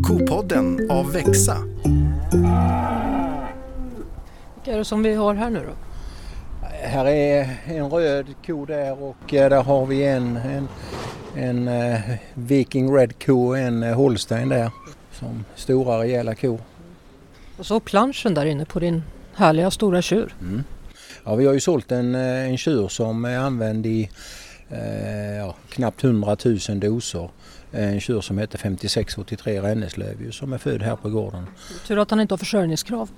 Kopodden av Växa. Vilka är det som vi har här nu då? Här är en röd ko där och där har vi en Viking Red ko, en Holstein där som stora rejäla ko. Och så planschen där inne på din härliga stora tjur. Mm. Ja, vi har ju sålt en tjur som är använd i knappt 100 000 doser. En tjur som heter 5683 Renneslöv som är född här på gården. Tur att han inte har försörjningskrav.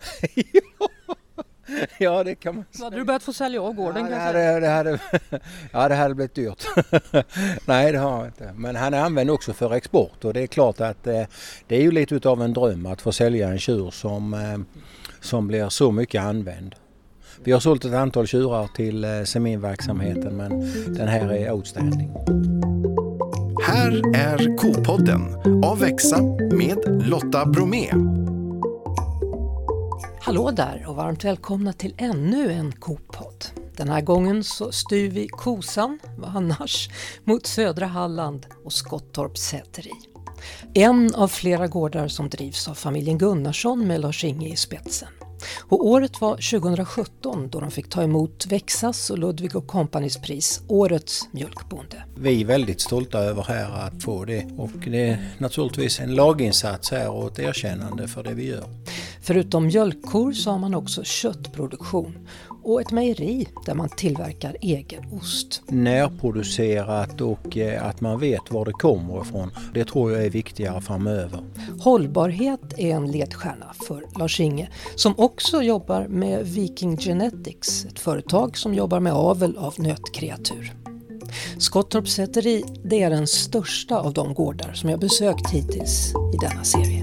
Ja, det kan man säga. Så hade du börjat få sälja av gården det hade blivit dyrt. Nej, det har jag inte. Men han är använd också för export och det är klart att det är ju lite av en dröm att få sälja en tjur som blir så mycket använd. Vi har sålt ett antal tjurar till seminverksamheten men den här är outstanding. Här är Kopodden av Växa med Lotta Bromé. Hallå där och varmt välkomna till ännu en kopodd. Den här gången så styr vi kosan, vad annars, mot södra Halland och Skottorps säteri. En av flera gårdar som drivs av familjen Gunnarsson med Lars-Inge i spetsen. Och året var 2017 då de fick ta emot Växas och Ludvig & Companys pris Årets mjölkbonde. Vi är väldigt stolta över här att få det och det är naturligtvis en laginsats här och ett erkännande för det vi gör. Förutom mjölkkor så har man också köttproduktion och ett mejeri där man tillverkar egen ost. Närproducerat och att man vet var det kommer ifrån, det tror jag är viktigare framöver. Hållbarhet är en ledstjärna för Lars-Inge som också jobbar med Viking Genetics, ett företag som jobbar med avel av nötkreatur. Skottorps säteri, det är den största av de gårdar som jag besökt hittills i denna serie.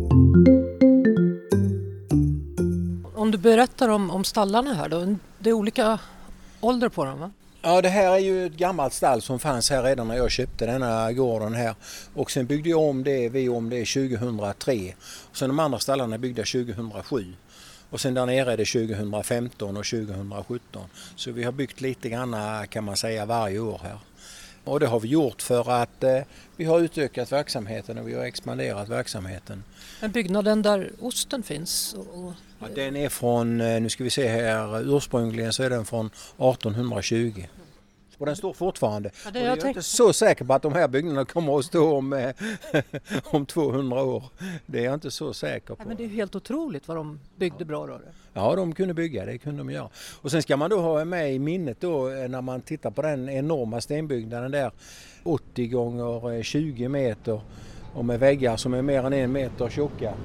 Om du berättar om stallarna här då, det är olika ålder på dem va? Ja, det här är ju ett gammalt stall som fanns här redan när jag köpte denna gården här. Och sen byggde jag om det 2003. Och sen de andra stallarna byggda 2007. Och sen där nere är det 2015 och 2017. Så vi har byggt lite grann kan man säga varje år här. Och det har vi gjort för att vi har utökat verksamheten och vi har expanderat verksamheten. Men byggnaden där osten finns? Ja, den är från, nu ska vi se här, ursprungligen så är den från 1820. Och den står fortfarande. Ja, och jag är inte så säker på att de här byggnaderna kommer att stå om 200 år. Det är jag inte så säker på. Ja, men det är helt otroligt vad de byggde bra då. Ja, de kunde bygga, det kunde de göra. Och sen ska man då ha med i minnet då när man tittar på den enorma stenbyggnaden där. 80 gånger 20 meter och med väggar som är mer än 1 meter tjocka.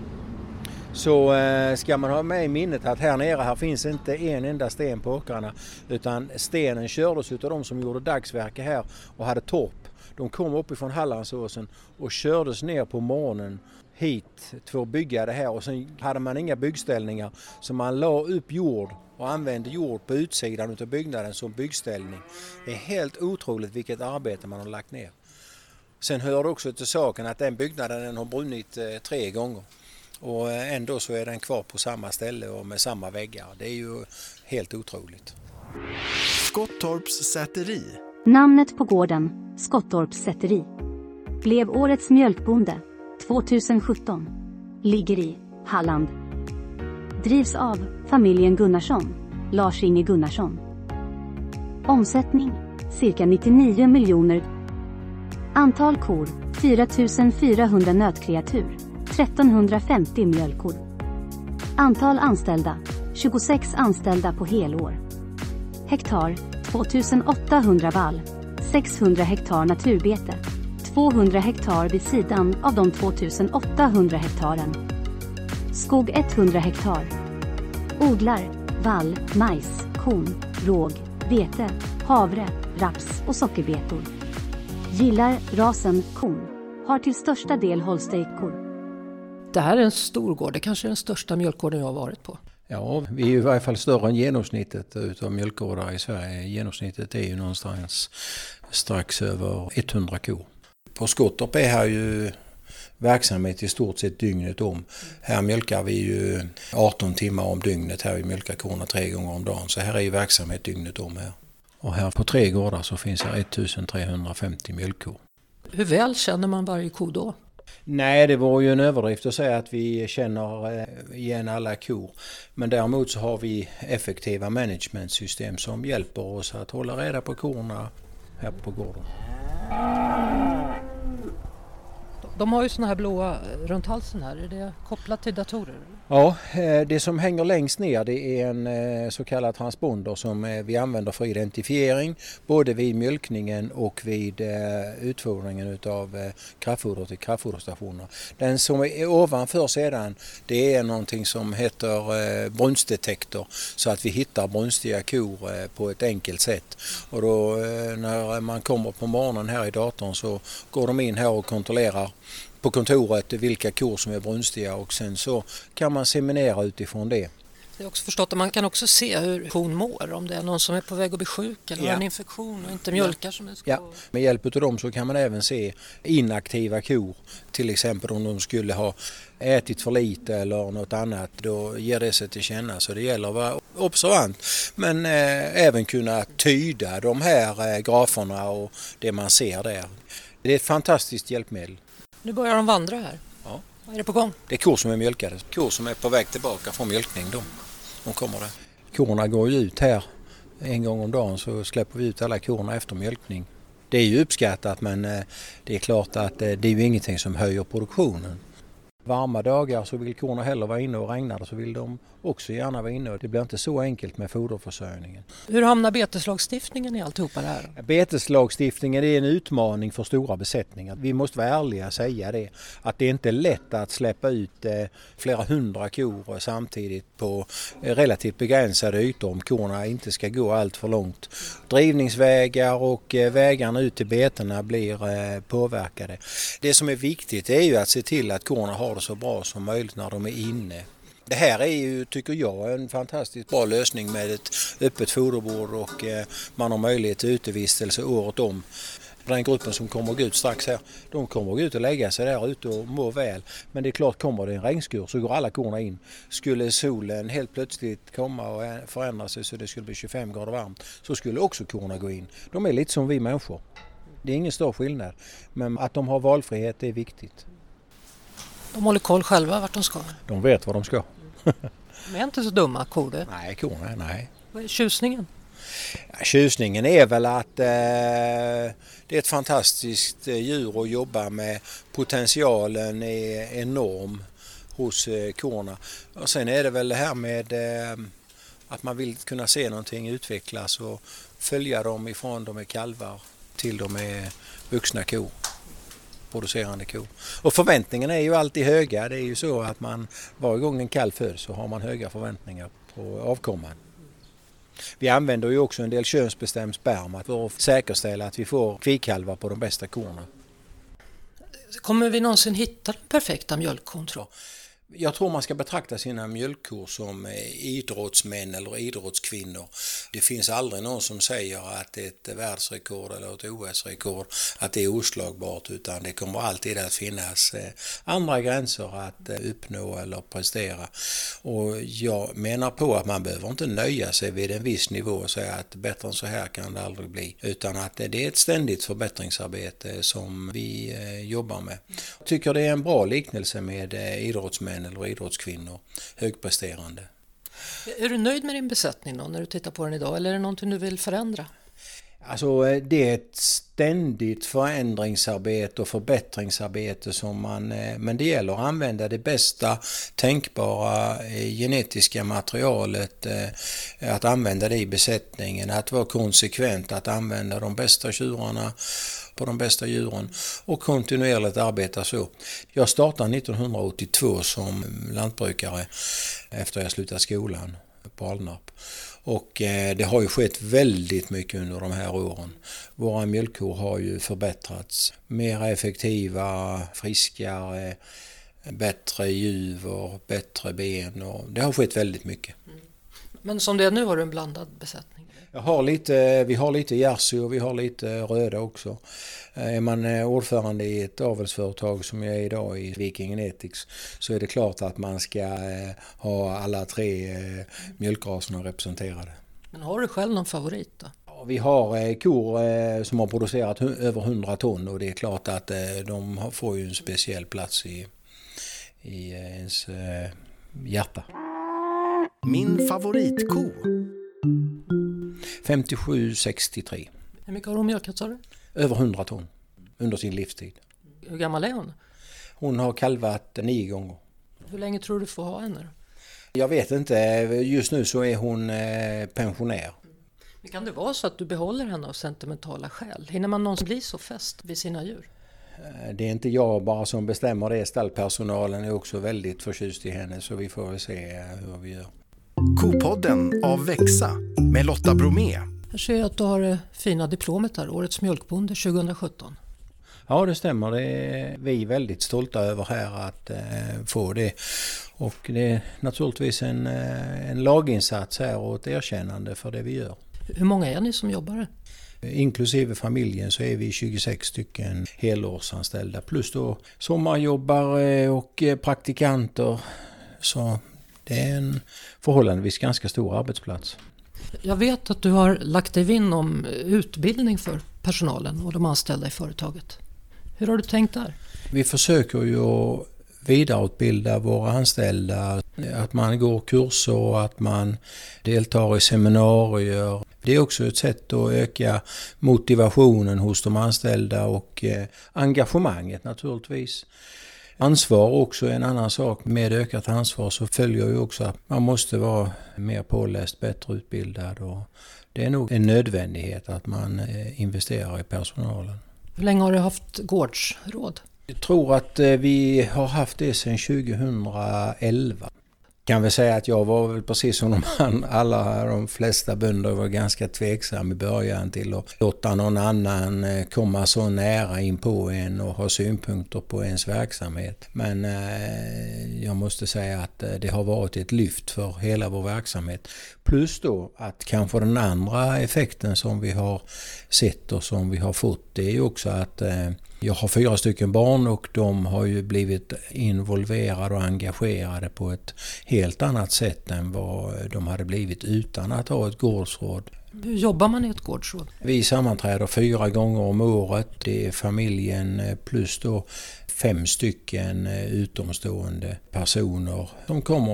Så ska man ha med i minnet att här nere här finns inte en enda sten på åkrarna utan stenen kördes av de som gjorde dagsverke här och hade torp. De kom uppifrån Hallandsåsen och kördes ner på morgonen hit för att bygga det här och sen hade man inga byggställningar så man la upp jord och använde jord på utsidan av byggnaden som byggställning. Det är helt otroligt vilket arbete man har lagt ner. Sen hör det också till saken att den byggnaden har brunnit 3 gånger. Och ändå så är den kvar på samma ställe och med samma väggar. Det är ju helt otroligt. Skottorps säteri. Namnet på gården, Skottorps säteri. Blev årets mjölkbonde 2017. Ligger i Halland. Drivs av familjen Gunnarsson, Lars-Inge Gunnarsson. Omsättning, cirka 99 miljoner. Antal kor, 4400 nötkreatur. 1350 mjölkkor. Antal anställda, 26 anställda på helår. Hektar, 2800 vall, 600 hektar naturbete, 200 hektar vid sidan av de 2800 hektaren. Skog 100 hektar. Odlar, vall, majs, korn, råg, vete, havre, raps och sockerbetor. Gillar rasen korn. Har till största del holsteinkor. Det här är en stor gård, det kanske är den största mjölkgården jag har varit på. Ja, vi är i varje fall större än genomsnittet utav mjölkgårdar i Sverige. Genomsnittet är ju någonstans strax över 100 kor. På Skottorp är här ju verksamhet i stort sett dygnet om. Här mjölkar vi ju 18 timmar om dygnet, här vi mjölkar korna 3 gånger om dagen. Så här är ju verksamhet dygnet om här. Och här på 3 gårdar så finns det 1350 mjölkkor. Hur väl känner man varje ko då? Nej, det var ju en överdrift att säga att vi känner igen alla kor. Men däremot så har vi effektiva managementsystem som hjälper oss att hålla reda på korna här på gården. De har ju såna här blåa runt halsen här. Är det kopplat till datorer? Ja, det som hänger längst ner det är en så kallad transponder som vi använder för identifiering både vid mjölkningen och vid utfodringen av kraftfoder till kraftfoderstationerna. Den som är ovanför sedan det är någonting som heter brunstdetektor så att vi hittar brunstiga kor på ett enkelt sätt. Och då när man kommer på morgonen här i datorn så går de in här och kontrollerar på kontoret vilka kor som är brunstiga och sen så kan man seminera utifrån det. Jag har också förstått att man kan också se hur kon mår, om det är någon som är på väg att bli sjuk eller har en infektion och inte mjölkar som det ska. Ja, med hjälp av dem så kan man även se inaktiva kor, till exempel om de skulle ha ätit för lite eller något annat, då ger det sig till känna. Så det gäller att vara observant men även kunna tyda de här graferna och det man ser där. Det är ett fantastiskt hjälpmedel. Nu börjar de vandra här. Ja. Vad är det på gång? Det är kor som är mjölkade. Kor som är på väg tillbaka från mjölkning. De kommer där. Korna går ju ut här en gång om dagen så släpper vi ut alla korna efter mjölkning. Det är ju uppskattat men det är klart att det är ju ingenting som höjer produktionen. Varma dagar så vill korna hellre vara inne och regnar så vill de också gärna vara inne. Det blir inte så enkelt med foderförsörjningen. Hur hamnar beteslagstiftningen i alltihopa det här? Beteslagstiftningen är en utmaning för stora besättningar. Vi måste vara ärliga och säga det. Att det inte är lätt att släppa ut flera hundra kor samtidigt på relativt begränsade ytor om korna inte ska gå allt för långt. Drivningsvägar och vägarna ut till betena blir påverkade. Det som är viktigt är ju att se till att korna har det så bra som möjligt när de är inne. Det här är ju, tycker jag, en fantastiskt bra lösning med ett öppet foderbord och man har möjlighet till utevistelse året om. Den gruppen som kommer att gå ut strax här, de kommer att gå ut och lägga sig där ute och må väl. Men det är klart, kommer det en regnskur så går alla korna in. Skulle solen helt plötsligt komma och förändra sig så det skulle bli 25 grader varmt så skulle också korna gå in. De är lite som vi människor. Det är ingen stor skillnad. Men att de har valfrihet är viktigt. De håller koll själva vart de ska. De vet vad de ska. De är inte så dumma kor det. Nej, korna, nej. Vad är tjusningen? Ja, tjusningen är väl att det är ett fantastiskt djur att jobba med. Potentialen är enorm hos korna. Och sen är det väl det här med att man vill kunna se någonting utvecklas och följa dem ifrån de är kalvar till de är vuxna kor. Producerande kor. Och förväntningarna är ju alltid höga. Det är ju så att man varje gång en kalv föds så har man höga förväntningar på avkomman. Vi använder ju också en del könsbestämd sperma för att säkerställa att vi får kvikalvar på de bästa korna. Kommer vi någonsin hitta den perfekta mjölkkon, tror jag? Jag tror man ska betrakta sina mjölkkor som idrottsmän eller idrottskvinnor. Det finns aldrig någon som säger att ett världsrekord eller ett OS-rekord att det är oslagbart, utan det kommer alltid att finnas andra gränser att uppnå eller prestera. Och jag menar på att man behöver inte nöja sig vid en viss nivå och säga att bättre än så här kan det aldrig bli, utan att det är ett ständigt förbättringsarbete som vi jobbar med. Jag tycker det är en bra liknelse med idrottsmän eller idrottskvinnor, högpresterande. Är du nöjd med din besättning då, när du tittar på den idag, eller är det någonting du vill förändra? Alltså det är ett ständigt förändringsarbete och förbättringsarbete men det gäller att använda det bästa tänkbara genetiska materialet, att använda det i besättningen, att vara konsekvent, att använda de bästa tjurarna på de bästa djuren och kontinuerligt arbeta så. Jag startade 1982 som lantbrukare efter jag slutade skolan på Alnarp. Och det har ju skett väldigt mycket under de här åren. Våra mjölkkor har ju förbättrats. Mer effektiva, friskare, bättre juver, bättre ben. Och det har skett väldigt mycket. Men som det är nu har du en blandad besättning? Vi har lite jersey och vi har lite röda också. Är man ordförande i ett avelsföretag som jag är idag i Viking Genetics så är det klart att man ska ha alla tre mjölkraserna representerade. Men har du själv någon favorit då? Vi har kor som har producerat över 100 ton och det är klart att de får ju en speciell plats i ens hjärta. Min favoritko. 57-63. Hur mycket har hon mjölkat, sa du? Över 100 ton under sin livstid. Hur gammal är hon? Hon har kalvat 9 gånger. Hur länge tror du får ha henne? Jag vet inte, just nu så är hon pensionär. Men kan det vara så att du behåller henne av sentimentala skäl? Hinner man någonsin bli så fäst vid sina djur? Det är inte jag bara som bestämmer det, stallpersonalen är också väldigt förtjust i henne så vi får väl se hur vi gör. Kopodden av Växa med Lotta Bromé. Jag ser att du har det fina diplomet här, Årets mjölkbonde 2017. Ja, det stämmer. Det är vi väldigt stolta över här att få det. Och det är naturligtvis en laginsats här och ett erkännande för det vi gör. Hur många är ni som jobbar? Inklusive familjen så är vi 26 stycken helårsanställda plus då sommarjobbare och praktikanter. Så det är en förhållandevis ganska stor arbetsplats. Jag vet att du har lagt dig vinn om utbildning för personalen och de anställda i företaget. Hur har du tänkt där? Vi försöker ju att vidareutbilda våra anställda, att man går kurser och att man deltar i seminarier. Det är också ett sätt att öka motivationen hos de anställda och engagemanget naturligtvis. Ansvar också är en annan sak. Med ökat ansvar så följer ju också att man måste vara mer påläst, bättre utbildad och det är nog en nödvändighet att man investerar i personalen. Hur länge har du haft gårdsråd? Jag tror att vi har haft det sedan 2011. Jag kan väl säga att jag var väl precis som de flesta bönder var ganska tveksam i början till att låta någon annan komma så nära in på en och ha synpunkter på ens verksamhet. Men jag måste säga att det har varit ett lyft för hela vår verksamhet. Plus då att kanske den andra effekten som vi har sett och som vi har fått det är ju också att jag har 4 stycken barn och de har ju blivit involverade och engagerade på ett helt annat sätt än vad de hade blivit utan att ha ett gårdsråd. Hur jobbar man i ett gårdsråd? Vi sammanträder 4 gånger om året. Det är familjen plus då 5 stycken utomstående personer som kommer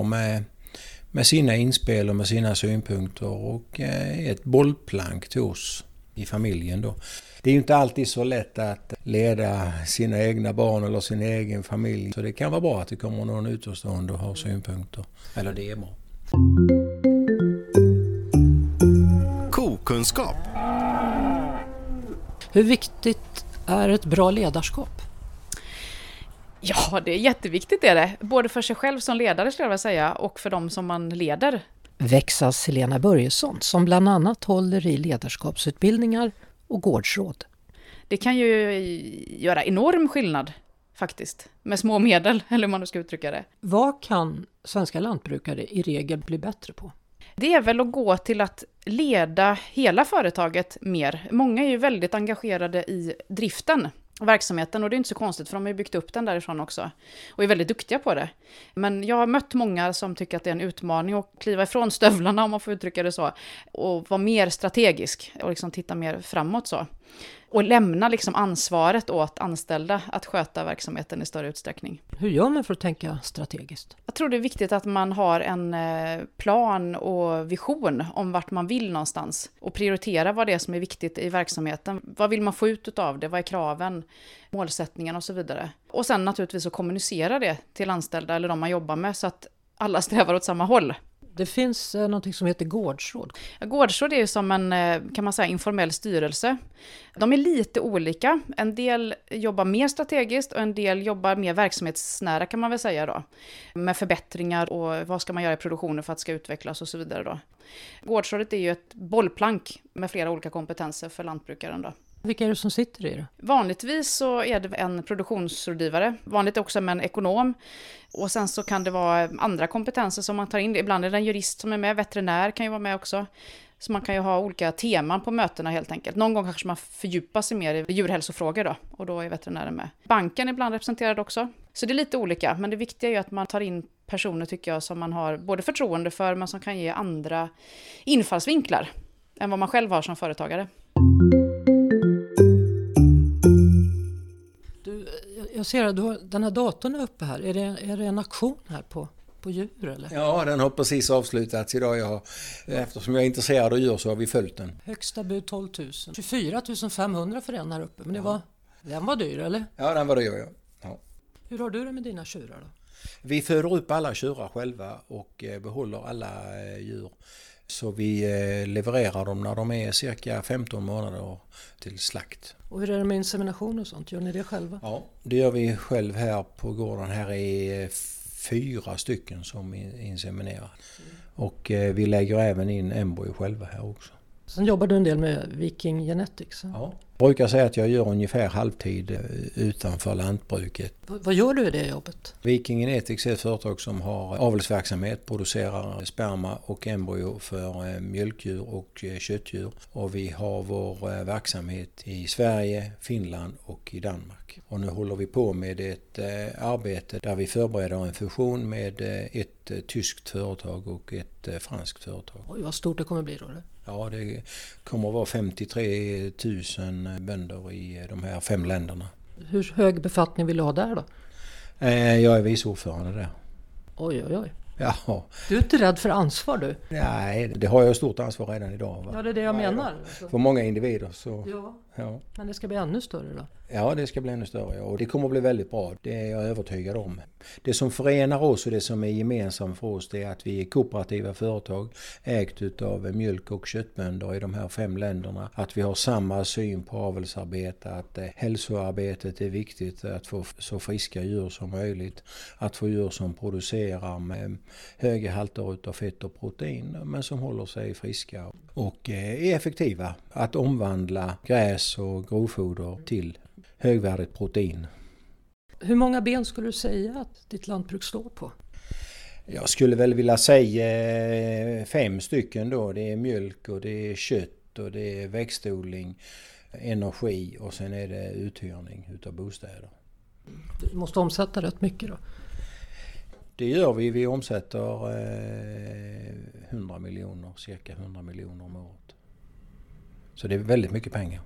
med sina inspel och med sina synpunkter och ett bollplank till oss i familjen då. Det är ju inte alltid så lätt att leda sina egna barn eller sin egen familj. Så det kan vara bra att det kommer någon utomstående och har synpunkter. Eller det är bra. Kokunskap. Hur viktigt är ett bra ledarskap? Ja, det är jätteviktigt är det. Både för sig själv som ledare skulle jag vilja säga och för dem som man leder. Växas Helena Börjesson som bland annat håller i ledarskapsutbildningar och gårdsråd. Det kan ju göra enorm skillnad faktiskt med små medel eller hur man nu ska uttrycka det. Vad kan svenska lantbrukare i regel bli bättre på? Det är väl att gå till att leda hela företaget mer. Många är ju väldigt engagerade i driften, verksamheten och det är inte så konstigt för de har ju byggt upp den därifrån också och är väldigt duktiga på det. Men jag har mött många som tycker att det är en utmaning att kliva ifrån stövlarna om man får uttrycka det så och vara mer strategisk och liksom titta mer framåt så. Och lämna liksom ansvaret åt anställda att sköta verksamheten i större utsträckning. Hur gör man för att tänka strategiskt? Jag tror det är viktigt att man har en plan och vision om vart man vill någonstans. Och prioritera vad det är som är viktigt i verksamheten. Vad vill man få ut av det? Vad är kraven? Målsättningen och så vidare. Och sen naturligtvis att kommunicera det till anställda eller de man jobbar med så att alla strävar åt samma håll. Det finns något som heter gårdsråd. Gårdsråd är ju som en, kan man säga, informell styrelse. De är lite olika. En del jobbar mer strategiskt och en del jobbar mer verksamhetsnära kan man väl säga då. Med förbättringar och vad ska man göra i produktionen för att det ska utvecklas och så vidare då. Gårdsrådet är ju ett bollplank med flera olika kompetenser för lantbrukaren då. Vilka är det som sitter i det? Vanligtvis så är det en produktionsrådgivare. Vanligt också med en ekonom. Och sen så kan det vara andra kompetenser som man tar in. Ibland är det en jurist som är med. Veterinär kan ju vara med också. Så man kan ju ha olika teman på mötena helt enkelt. Någon gång kanske man fördjupar sig mer i djurhälsofrågor då. Och då är veterinären med. Banken är ibland representerad också. Så det är lite olika. Men det viktiga är ju att man tar in personer tycker jag som man har både förtroende för men som kan ge andra infallsvinklar än vad man själv har som företagare. Jag ser att den här datorn är uppe här. Är det en auktion här på djur eller? Ja, den har precis avslutats idag. Eftersom jag är intresserad av djur så har vi följt den. Högsta bud 12 000. 24 500 för den här uppe. Men den var dyr eller? Ja, den var dyr. Ja. Hur har du det med dina tjurar då? Vi föder upp alla tjurar själva och behåller alla djur. Så vi levererar dem när de är cirka 15 månader till slakt. Och hur är det med insemination och sånt? Gör ni det själva? Ja, det gör vi själv här på gården. Här är 4 stycken som inseminerar. Och vi lägger även in embryo själva här också. Sen jobbar du en del med Viking Genetics. Ja. Jag brukar säga att jag gör ungefär halvtid utanför lantbruket. Vad gör du i det jobbet? Viking Genetics är ett företag som har avelsverksamhet, producerar sperma och embryo för mjölkdjur och köttdjur. Och vi har vår verksamhet i Sverige, Finland och i Danmark. Och nu håller vi på med ett arbete där vi förbereder en fusion med ett tyskt företag och ett franskt företag. Oj, vad stort det kommer bli då? Eller? Ja, det kommer att vara 53 000 bönder i de här 5 länderna. Hur hög befattning vill du ha där då? Jag är vice ordförande där. Oj. Ja. Du är inte rädd för ansvar du? Nej, det har jag stort ansvar redan idag. Va? Ja, det är det jag menar. För många individer så... Ja. Men det ska bli ännu större då? Ja, det ska bli ännu större och det kommer att bli väldigt bra. Det är jag övertygad om. Det som förenar oss och det som är gemensamt för oss det är att vi är kooperativa företag ägt utav mjölk- och köttbönder i de här 5 länderna. Att vi har samma syn på avelsarbete, att hälsoarbetet är viktigt, att få så friska djur som möjligt. Att få djur som producerar med höga halter utav fett och protein men som håller sig friska och är effektiva. Att omvandla gräs och grovfoder till högvärdigt protein. Hur många ben skulle du säga att ditt lantbruk står på? Jag skulle väl vilja säga 5 stycken då. Det är mjölk och det är kött och det är växtodling, energi och sen är det uthyrning utav bostäder. Du måste omsätta rätt mycket då? Det gör vi. Vi omsätter 100 miljoner, cirka 100 miljoner om året. Så det är väldigt mycket pengar.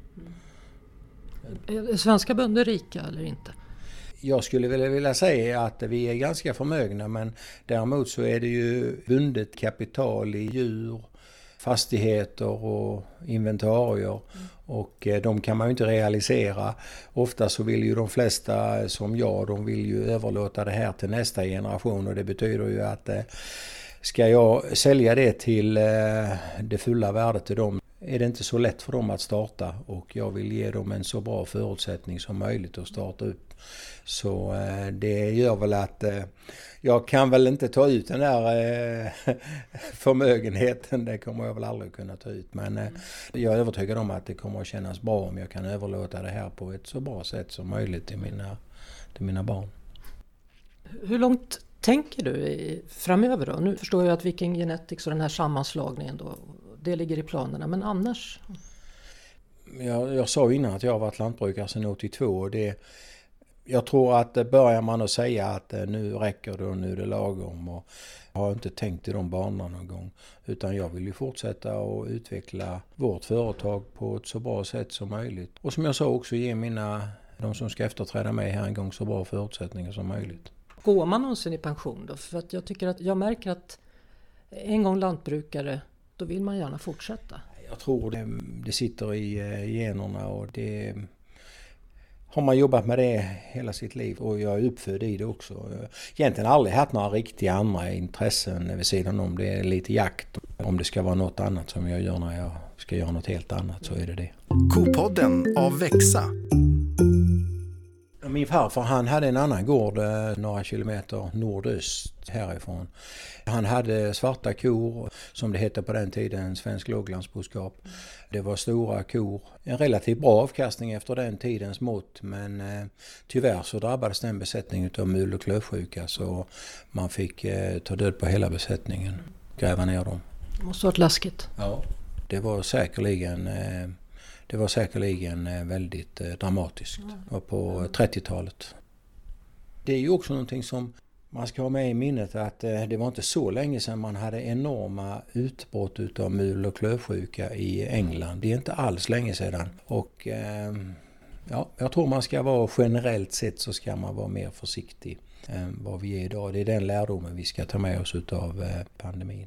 Är svenska bönder rika eller inte? Jag skulle vilja säga att vi är ganska förmögna men däremot så är det ju bundet kapital i djur, fastigheter och inventarier och de kan man ju inte realisera. Ofta så vill ju de flesta som jag, de vill ju överlåta det här till nästa generation och det betyder ju att ska jag sälja det till det fulla värdet till dem är det inte så lätt för dem att starta och jag vill ge dem en så bra förutsättning som möjligt att starta upp. Så det gör väl att jag kan väl inte ta ut den där förmögenheten, det kommer jag väl aldrig kunna ta ut. Men jag är övertygad om att det kommer att kännas bra om jag kan överlåta det här på ett så bra sätt som möjligt till mina barn. Hur långt tänker du framöver då? Nu förstår jag att Viking Genetics och den här sammanslagningen då, det ligger i planerna, men annars? Jag sa innan att jag har varit lantbrukare sedan 82 och jag tror att börjar man att säga att nu räcker det och nu är det lagom och jag har inte tänkt i de banorna någon gång utan jag vill ju fortsätta att utveckla vårt företag på ett så bra sätt som möjligt. Och som jag sa också ge de som ska efterträda mig här en gång så bra förutsättningar som möjligt. Går man någonsin i pension då? För att jag märker att en gång lantbrukare, då vill man gärna fortsätta. Jag tror det sitter i generna och det har man jobbat med det hela sitt liv och jag är uppfödd i det också. Jag har egentligen aldrig haft några riktiga andra intressen vid sidan om. Det är lite jakt. Om det ska vara något annat som jag gör när jag ska göra något helt annat så är det det. Kopodden av Växa. Min farfar han hade en annan gård några kilometer nordöst härifrån. Han hade svarta kor som det hette på den tiden, svensk låglandsboskap. Det var stora kor. En relativt bra avkastning efter den tidens mått men tyvärr så drabbades den besättningen av mul- och klövsjuka så man fick ta död på hela besättningen, gräva ner dem. Det måste ha varit läskigt. Ja, det var säkerligen väldigt dramatiskt. Det var på 30-talet. Det är ju också någonting som Man ska ha med i minnet att det var inte så länge sedan man hade enorma utbrott utav mul- och klövsjuka i England. Det är inte alls länge sedan. Och jag tror man ska vara, generellt sett så ska man vara mer försiktig än vad vi är idag. Det är den lärdomen vi ska ta med oss utav pandemin.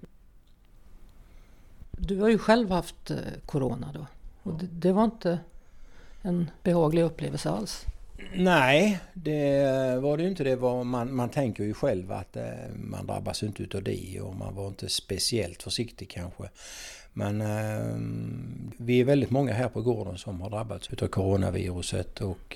Du har ju själv haft corona då. Och det var inte en behaglig upplevelse alls. Nej, det var det ju inte. Man tänker ju själv att man drabbas inte utav det och man var inte speciellt försiktig kanske. Men vi är väldigt många här på gården som har drabbats utav coronaviruset och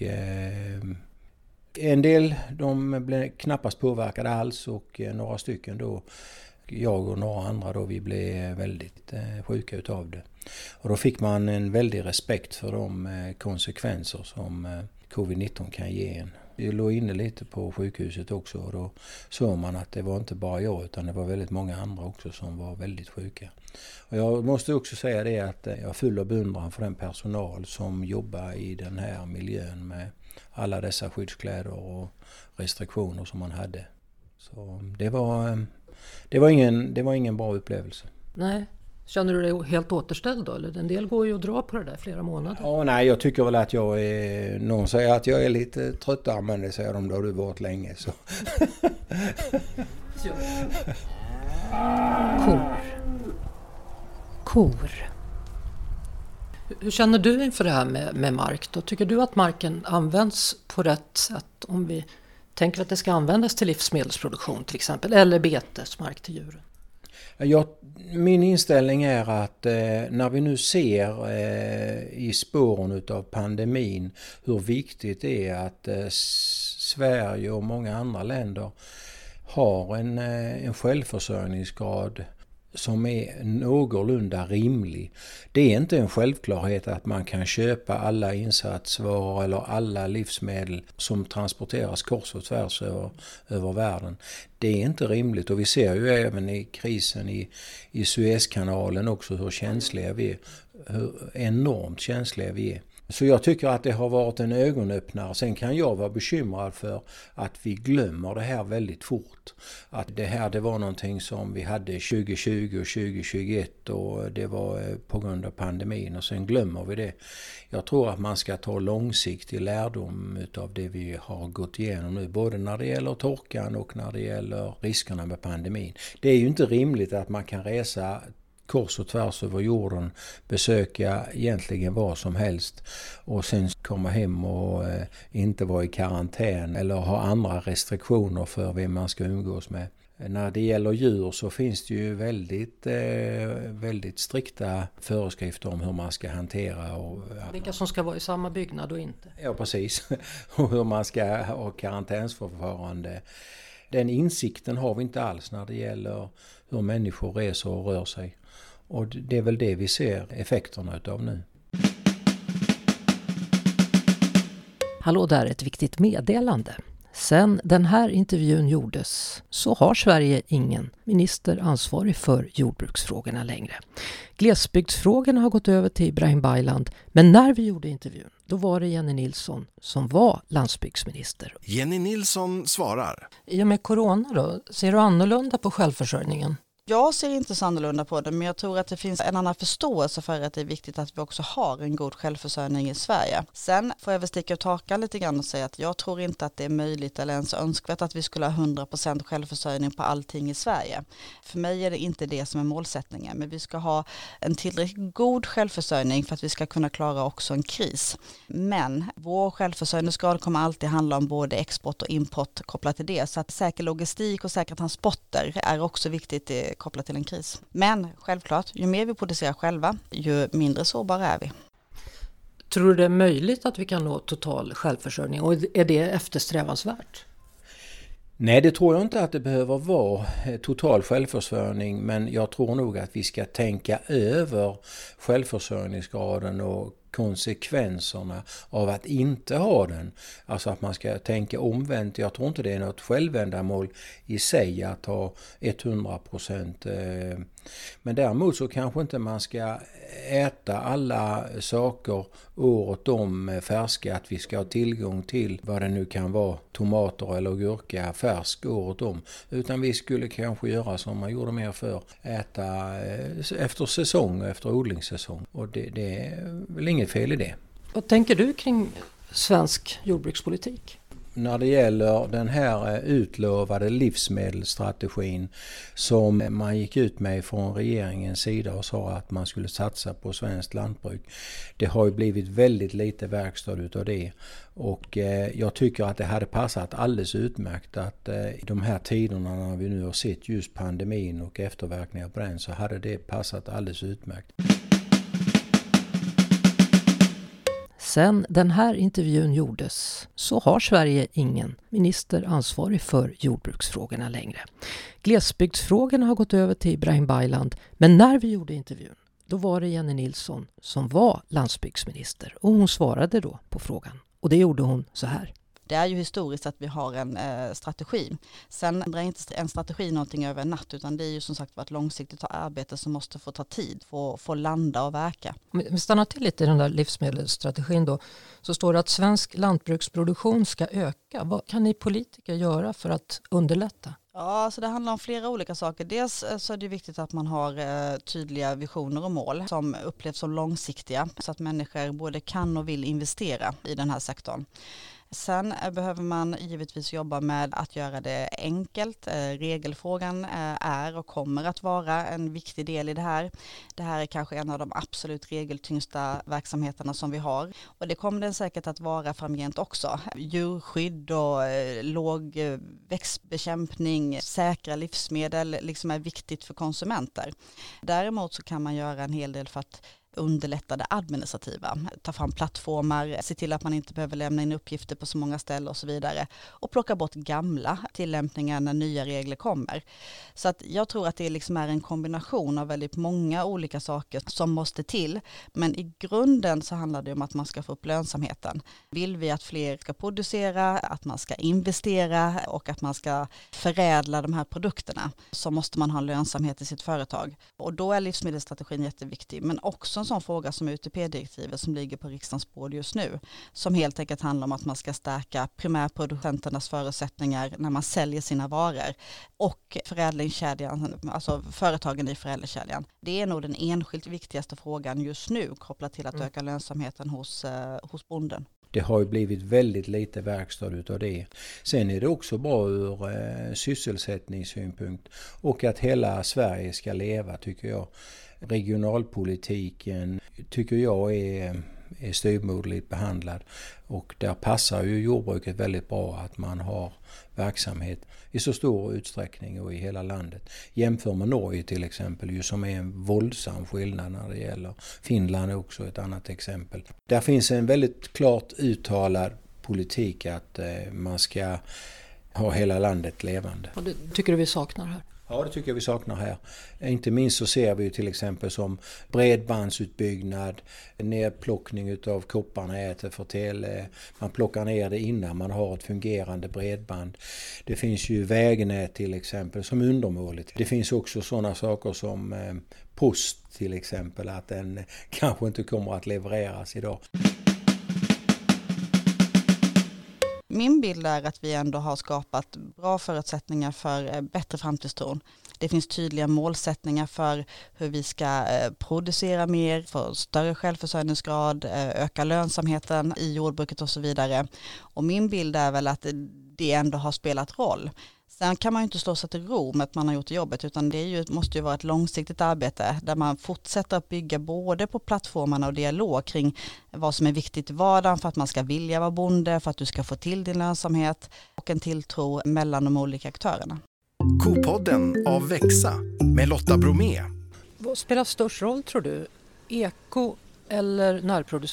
en del de blev knappast påverkade alls och några stycken då, jag och några andra då, vi blev väldigt sjuka utav det. Och då fick man en väldig respekt för de konsekvenser som covid-19 kan ge en. Vi låg inne lite på sjukhuset också och då såg man att det var inte bara jag utan det var väldigt många andra också som var väldigt sjuka. Och jag måste också säga det att jag är full av beundran för den personal som jobbar i den här miljön med alla dessa skyddskläder och restriktioner som man hade. Så det var ingen bra upplevelse. Nej. Känner du dig helt återställd då? Eller en del går ju att dra på det där flera månader. Ja, nej, jag tycker väl att jag är... Någon säger att jag är lite tröttare, men det säger de, då har du varit länge. Så. Kor. Hur känner du inför det här med mark då? Tycker du att marken används på rätt sätt? Om vi tänker att det ska användas till livsmedelsproduktion till exempel, eller betesmark till djuren? Min inställning är att när vi nu ser i spåren av pandemin hur viktigt det är att Sverige och många andra länder har en självförsörjningsgrad som är någorlunda rimlig. Det är inte en självklarhet att man kan köpa alla insatsvaror eller alla livsmedel som transporteras kors och tvärs över världen. Det är inte rimligt och vi ser ju även i krisen i Suezkanalen också hur känsliga vi är, hur enormt känsliga vi är. Så jag tycker att det har varit en ögonöppnare. Sen kan jag vara bekymrad för att vi glömmer det här väldigt fort. Att det var någonting som vi hade 2020 och 2021 och det var på grund av pandemin och sen glömmer vi det. Jag tror att man ska ta långsiktig lärdom av det vi har gått igenom nu. Både när det gäller torkan och när det gäller riskerna med pandemin. Det är ju inte rimligt att man kan resa kors och tvärs över jorden, besöka egentligen vad som helst och sen komma hem och inte vara i karantän eller ha andra restriktioner för vem man ska umgås med. När det gäller djur så finns det ju väldigt strikta föreskrifter om hur man ska hantera. Vilka som ska vara i samma byggnad och inte. Ja, precis. Och hur man ska ha karantänsförfarande. Den insikten har vi inte alls när det gäller hur människor reser och rör sig. Och det är väl det vi ser effekterna av nu. Hallå där, ett viktigt meddelande. Sen den här intervjun gjordes så har Sverige ingen minister ansvarig för jordbruksfrågorna längre. Glesbygdsfrågorna har gått över till Ibrahim Baylan, men när vi gjorde intervjun då var det Jenny Nilsson som var landsbygdsminister. Jenny Nilsson svarar. I och med corona då, ser du annorlunda på självförsörjningen? Jag ser inte så annorlunda på det, men jag tror att det finns en annan förståelse för att det är viktigt att vi också har en god självförsörjning i Sverige. Sen får jag väl sticka ut hakan lite grann och säga att jag tror inte att det är möjligt eller ens önskvärt att vi skulle ha 100% självförsörjning på allting i Sverige. För mig är det inte det som är målsättningen, men vi ska ha en tillräckligt god självförsörjning för att vi ska kunna klara också en kris. Men vår självförsörjningsgrad kommer alltid handla om både export och import kopplat till det, så att säker logistik och säkra transporter är också viktigt kopplat till en kris. Men självklart, ju mer vi producerar själva, ju mindre sårbara är vi. Tror du det är möjligt att vi kan nå total självförsörjning och är det eftersträvansvärt? Nej, det tror jag inte att det behöver vara total självförsörjning, men jag tror nog att vi ska tänka över självförsörjningsgraden och konsekvenserna av att inte ha den. Alltså att man ska tänka omvänt. Jag tror inte det är något självändamål i sig att ha 100%. Men däremot så kanske inte man ska äta alla saker året om färska, att vi ska ha tillgång till vad det nu kan vara, tomater eller gurka färsk året om. Utan vi skulle kanske göra som man gjorde mer för, äta efter säsong och efter odlingssäsong. Och det är väl inget fel i det. Vad tänker du kring svensk jordbrukspolitik? När det gäller den här utlovade livsmedelsstrategin som man gick ut med från regeringens sida och sa att man skulle satsa på svenskt lantbruk. Det har ju blivit väldigt lite verkstad utav det. Och jag tycker att det hade passat alldeles utmärkt att i de här tiderna när vi nu har sett just pandemin och efterverkningar på den, så hade det passat alldeles utmärkt. Sen den här intervjun gjordes så har Sverige ingen minister ansvarig för jordbruksfrågorna längre. Glesbygdsfrågorna har gått över till Ibrahim Baylan, men när vi gjorde intervjun då var det Jenny Nilsson som var landsbygdsminister och hon svarade då på frågan. Och det gjorde hon så här. Det är ju historiskt att vi har en strategi. Sen ändrar inte en strategi någonting över en natt, utan det är ju som sagt ett långsiktigt arbete som måste få ta tid, få landa och verka. Om vi stannar till lite i den där livsmedelsstrategin då, så står det att svensk lantbruksproduktion ska öka. Vad kan ni politiker göra för att underlätta? Ja, så det handlar om flera olika saker. Dels så är det viktigt att man har tydliga visioner och mål som upplevs som långsiktiga, så att människor både kan och vill investera i den här sektorn. Sen behöver man givetvis jobba med att göra det enkelt. Regelfrågan är och kommer att vara en viktig del i det här. Det här är kanske en av de absolut regeltyngsta verksamheterna som vi har. Och det kommer det säkert att vara framgent också. Djurskydd och låg växtbekämpning, säkra livsmedel liksom är viktigt för konsumenter. Däremot så kan man göra en hel del för att underlätta det administrativa, ta fram plattformar, se till att man inte behöver lämna in uppgifter på så många ställen och så vidare, och plocka bort gamla tillämpningar när nya regler kommer. Så att jag tror att det liksom är en kombination av väldigt många olika saker som måste till, men i grunden så handlar det om att man ska få upp lönsamheten. Vill vi att fler ska producera, att man ska investera och att man ska förädla de här produkterna, så måste man ha lönsamhet i sitt företag. Och då är livsmedelsstrategin jätteviktig, men också en sån fråga som UTP-direktivet som ligger på riksdagens bord just nu, som helt enkelt handlar om att man ska stärka primärproducenternas förutsättningar när man säljer sina varor och förädlingskedjan, alltså företagen i förädlingskedjan. Det är nog den enskilt viktigaste frågan just nu kopplat till att öka lönsamheten hos bonden. Det har ju blivit väldigt lite verkstad utav det. Sen är det också bra ur sysselsättningssynpunkt och att hela Sverige ska leva, tycker jag. Regionalpolitiken tycker jag är styvmoderligt behandlad, och där passar ju jordbruket väldigt bra att man har verksamhet i så stor utsträckning och i hela landet. Jämför med Norge till exempel, ju som är en våldsam skillnad när det gäller. Finland är också ett annat exempel. Där finns en väldigt klart uttalad politik att man ska ha hela landet levande. Och det tycker du vi saknar här? Ja, det tycker jag vi saknar här. Inte minst så ser vi ju till exempel som bredbandsutbyggnad, nedplockning av kopparnätet för tele. Man plockar ner det innan man har ett fungerande bredband. Det finns ju vägnät till exempel som undermåligt. Det finns också sådana saker som post till exempel, att den kanske inte kommer att levereras idag. Min bild är att vi ändå har skapat bra förutsättningar för bättre framtidstron. Det finns tydliga målsättningar för hur vi ska producera mer, få större självförsörjningsgrad, öka lönsamheten i jordbruket och så vidare. Och min bild är väl att det ändå har spelat roll. Sen kan man ju inte slå sig till ro med att man har gjort jobbet, utan det måste ju vara ett långsiktigt arbete där man fortsätter att bygga både på plattformarna och dialog kring vad som är viktigt i vardagen för att man ska vilja vara bonde, för att du ska få till din lönsamhet, och en tilltro mellan de olika aktörerna. Kopodden av Växa med Lotta Bromé. Vad spelar störst roll tror du? Eko eller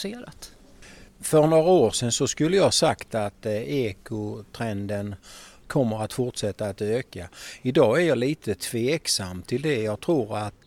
närproducerat? För några år sedan så skulle jag sagt att ekotrenden kommer att fortsätta att öka. Idag är jag lite tveksam till det. Jag tror att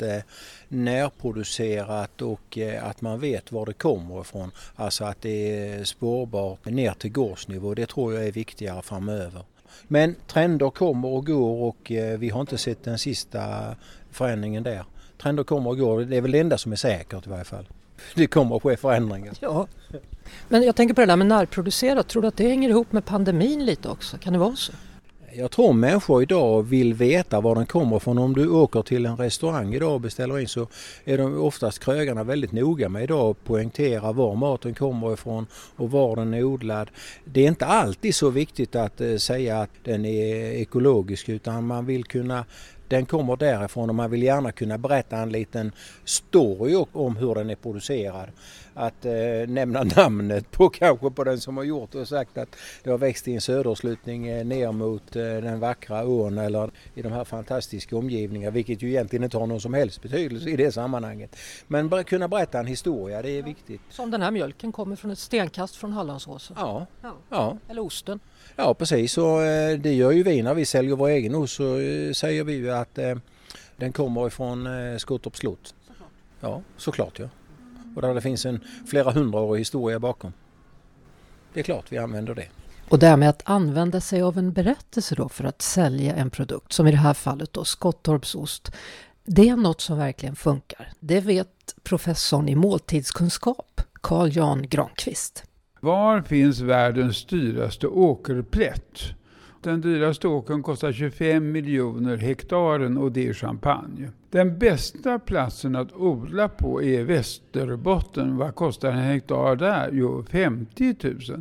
närproducerat och att man vet var det kommer ifrån, alltså att det är spårbart ner till gårdsnivå, det tror jag är viktigare framöver. Men trender kommer och går och vi har inte sett den sista förändringen där. Trender kommer och går, det är väl det enda som är säkert i varje fall. Det kommer att ske förändringar. Ja. Men jag tänker på det där med närproducerat, tror du att det hänger ihop med pandemin lite också? Kan det vara så? Jag tror människor idag vill veta var den kommer från. Om du åker till en restaurang idag och beställer in så är de oftast krögarna väldigt noga med idag att poängtera var maten kommer ifrån och var den är odlad. Det är inte alltid så viktigt att säga att den är ekologisk, utan man vill kunna, den kommer därifrån och man vill gärna kunna berätta en liten story om hur den är producerad. Att nämna namnet på kanske på den som har gjort det och sagt att det har växt i en söderslutning ner mot den vackra ån eller i de här fantastiska omgivningarna, vilket ju egentligen inte har någon som helst betydelse i det sammanhanget. Men bara kunna berätta en historia, det är viktigt. Som den här mjölken kommer från ett stenkast från Hallandsåsen. Ja. Eller osten. Ja, precis. Och det gör ju vi när vi säljer vår egen ost, så säger vi ju att den kommer ifrån Skottorps slott. Ja, såklart ja. Och där det finns en flera hundraårig historia bakom. Det är klart vi använder det. Och det här med att använda sig av en berättelse då för att sälja en produkt, som i det här fallet då Skottorps ost, det är något som verkligen funkar. Det vet professorn i måltidskunskap, Carl Jan Granqvist. Var finns världens dyraste åkerplätt? Den dyraste åkern kostar 25 miljoner hektaren och det är Champagne. Den bästa platsen att odla på är Västerbotten. Vad kostar en hektar där? Jo, 50 000.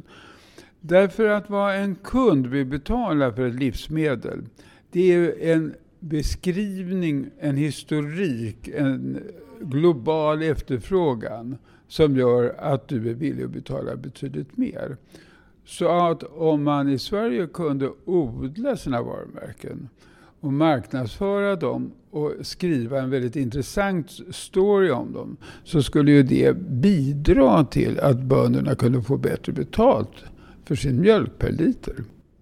Därför att vad en kund vill betala för ett livsmedel, det är en beskrivning, en historik, en global efterfrågan som gör att du är villig att betala betydligt mer. Så att om man i Sverige kunde odla sina varumärken och marknadsföra dem och skriva en väldigt intressant story om dem, så skulle ju det bidra till att bönderna kunde få bättre betalt för sin mjölk per liter.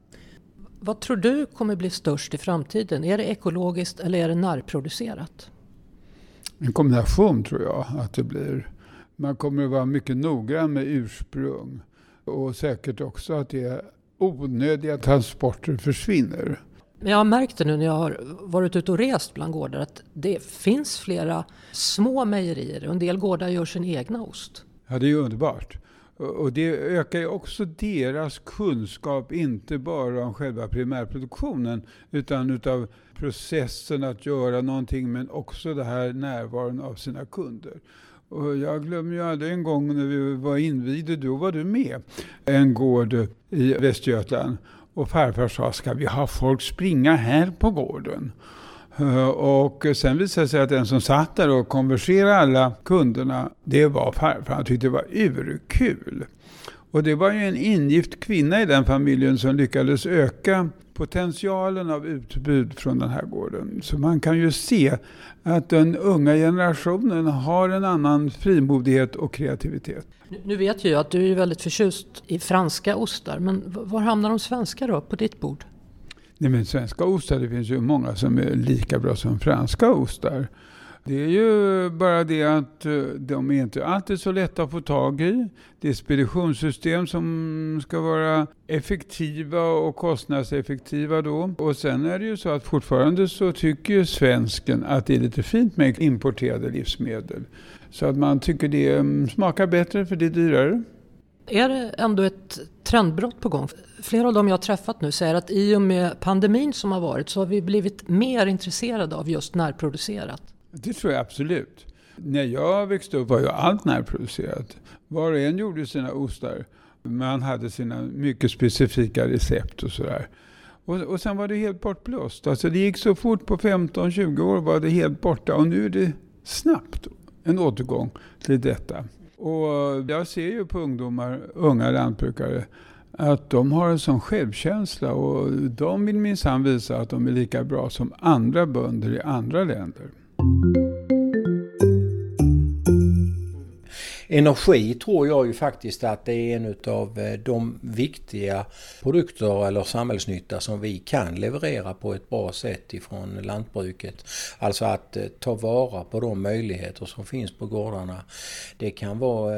Vad tror du kommer bli störst i framtiden? Är det ekologiskt eller är det närproducerat? En kombination tror jag att det blir. Man kommer att vara mycket noggrann med ursprung. Och säkert också att det onödiga transporter försvinner. Men jag har märkt det nu när jag har varit ute och rest bland gårdar att det finns flera små mejerier och en del gårdar gör sin egna ost. Ja, det är ju underbart. Och det ökar ju också deras kunskap, inte bara om själva primärproduktionen utan utav processen att göra någonting, men också det här närvaron av sina kunder. Och jag glömmer ju aldrig en gång när vi var invigde, då var du med en gård i Västergötland och farfar sa, ska vi ha folk springa här på gården? Och sen visade det sig att den som satt där och konverserade alla kunderna, det var farfar. Han tyckte det var urkul. Och det var ju en ingift kvinna i den familjen som lyckades öka potentialen av utbud från den här gården. Så man kan ju se att den unga generationen har en annan frimodighet och kreativitet. Nu vet jag att du är väldigt förtjust i franska ostar, men var hamnar de svenska då på ditt bord? Nej, men svenska ostar, det finns ju många som är lika bra som franska ostar. Det är ju bara det att de är inte alltid så lätta att få tag i. Det är speditionssystem som ska vara effektiva och kostnadseffektiva då. Och sen är det ju så att fortfarande så tycker ju svensken att det är lite fint med importerade livsmedel. Så att man tycker det smakar bättre för det är dyrare. Är det ändå ett trendbrott på gång? Flera av dem jag har träffat nu säger att i och med pandemin som har varit så har vi blivit mer intresserade av just närproducerat. Det tror jag absolut. När jag växte upp var ju allt närproducerat. Var och en gjorde sina ostar. Man hade sina mycket specifika recept och sådär. Och sen var det helt bortblåst. Alltså det gick så fort, på 15-20 år var det helt borta. Och nu är det snabbt en återgång till detta. Och jag ser ju på ungdomar, unga lantbrukare, att de har en sån självkänsla och de vill minsann visa att de är lika bra som andra bönder i andra länder. Energi tror jag ju faktiskt att det är en av de viktiga produkter eller samhällsnytta som vi kan leverera på ett bra sätt ifrån lantbruket. Alltså att ta vara på de möjligheter som finns på gårdarna. Det kan vara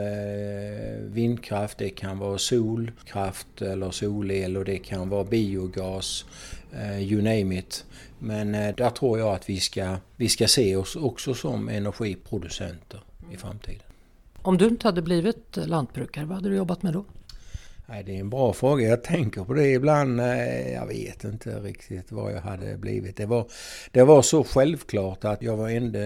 vindkraft, det kan vara solkraft eller solel och det kan vara biogas, you name it. Men där tror jag att vi ska se oss också som energiproducenter i framtiden. Om du inte hade blivit lantbrukare, vad hade du jobbat med då? Nej, det är en bra fråga. Jag tänker på det ibland. Jag vet inte riktigt vad jag hade blivit. Det var så självklart att jag var enda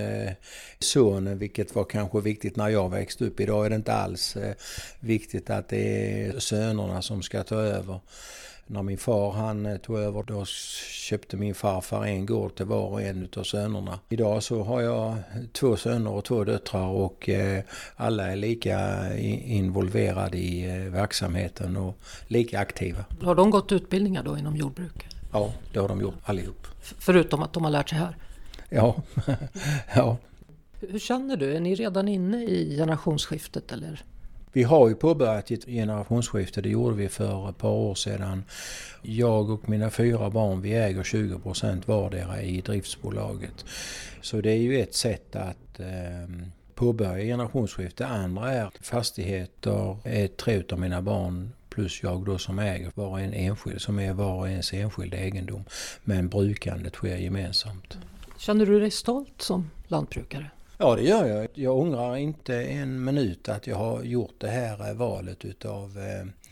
sonen, vilket var kanske viktigt när jag växte upp. Idag är det inte alls viktigt att det är sönerna som ska ta över. När min far han tog över, då köpte min farfar en gård till var och en av sönerna. Idag så har jag 2 söner och 2 döttrar och alla är lika involverade i verksamheten och lika aktiva. Har de gått utbildningar då inom jordbruk? Ja, det har de gjort allihop. Förutom att de har lärt sig här? Ja. Ja. Hur känner du? Är ni redan inne i generationsskiftet eller? Vi har ju påbörjat ett generationsskifte, det gjorde vi för ett par år sedan. Jag och mina 4 barn, vi äger 20% vardera i driftsbolaget. Så det är ju ett sätt att påbörja generationsskifte. Andra är fastigheter, 3 av mina barn plus jag då som äger var en enskild, som är var och ens enskild egendom. Men brukandet sker gemensamt. Känner du dig stolt som lantbrukare? Ja, det gör jag. Jag ångrar inte en minut att jag har gjort det här valet utav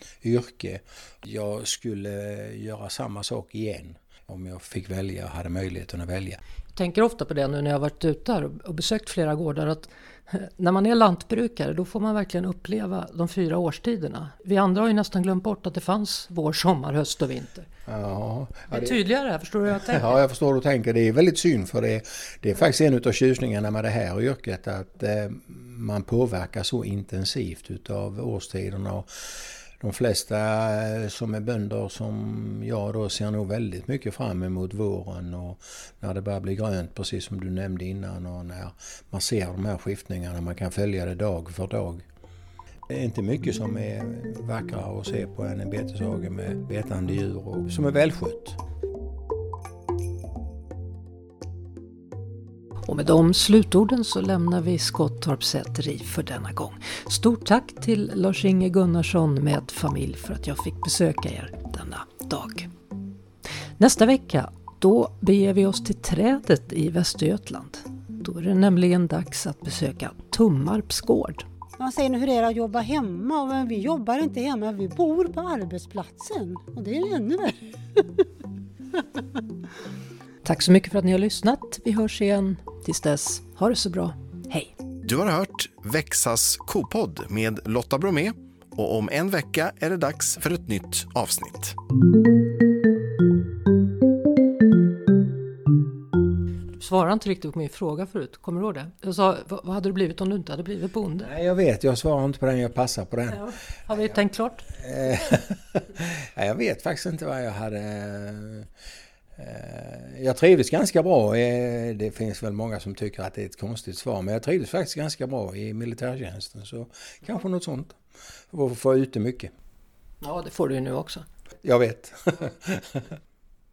yrke. Jag skulle göra samma sak igen om jag fick välja, hade möjligheten att välja. Jag tänker ofta på det nu när jag har varit ute här och besökt flera gårdar, att när man är lantbrukare då får man verkligen uppleva de 4 årstiderna. Vi andra har ju nästan glömt bort att det fanns vår, sommar, höst och vinter. Ja, det är tydligare här, förstår du vad jag tänker? Ja, jag förstår vad du tänker. Det är väldigt synd för det är faktiskt en av tjusningarna med det här yrket att man påverkas så intensivt utav årstiderna. Och de flesta som är bönder som jag då ser nog väldigt mycket fram emot våren och när det börjar bli grönt, precis som du nämnde innan, och när man ser de här skiftningarna, man kan följa det dag för dag. Det är inte mycket som är vackrare att se på än en beteshage med betande djur och som är välskött. Och med de slutorden så lämnar vi Skottorps säteri för denna gång. Stort tack till Lars-Inge Gunnarsson med familj för att jag fick besöka er denna dag. Nästa vecka då beger vi oss till Trädet i Västergötland. Då är det nämligen dags att besöka Tummarps gård. Man säger nu hur det är att jobba hemma, men vi jobbar inte hemma, vi bor på arbetsplatsen och det är ännu värre. Tack så mycket för att ni har lyssnat. Vi hörs igen. Tills dess, ha det så bra. Hej! Du har hört Växas kopodd med Lotta Bromé och om en vecka är det dags för ett nytt avsnitt. Du svarade inte riktigt på min fråga förut. Kommer du ihåg det? Jag sa, vad hade du blivit om du inte hade blivit bonde? Nej, jag vet. Jag svarar inte på den. Jag passar på den. Ja. Har vi tänkt klart? Jag vet faktiskt inte vad jag hade... Jag trivdes ganska bra. Det finns väl många som tycker att det är ett konstigt svar, men jag trivdes faktiskt ganska bra i militärtjänsten, så kanske något sånt. Få ute mycket. Ja, det får du ju nu också. Jag vet.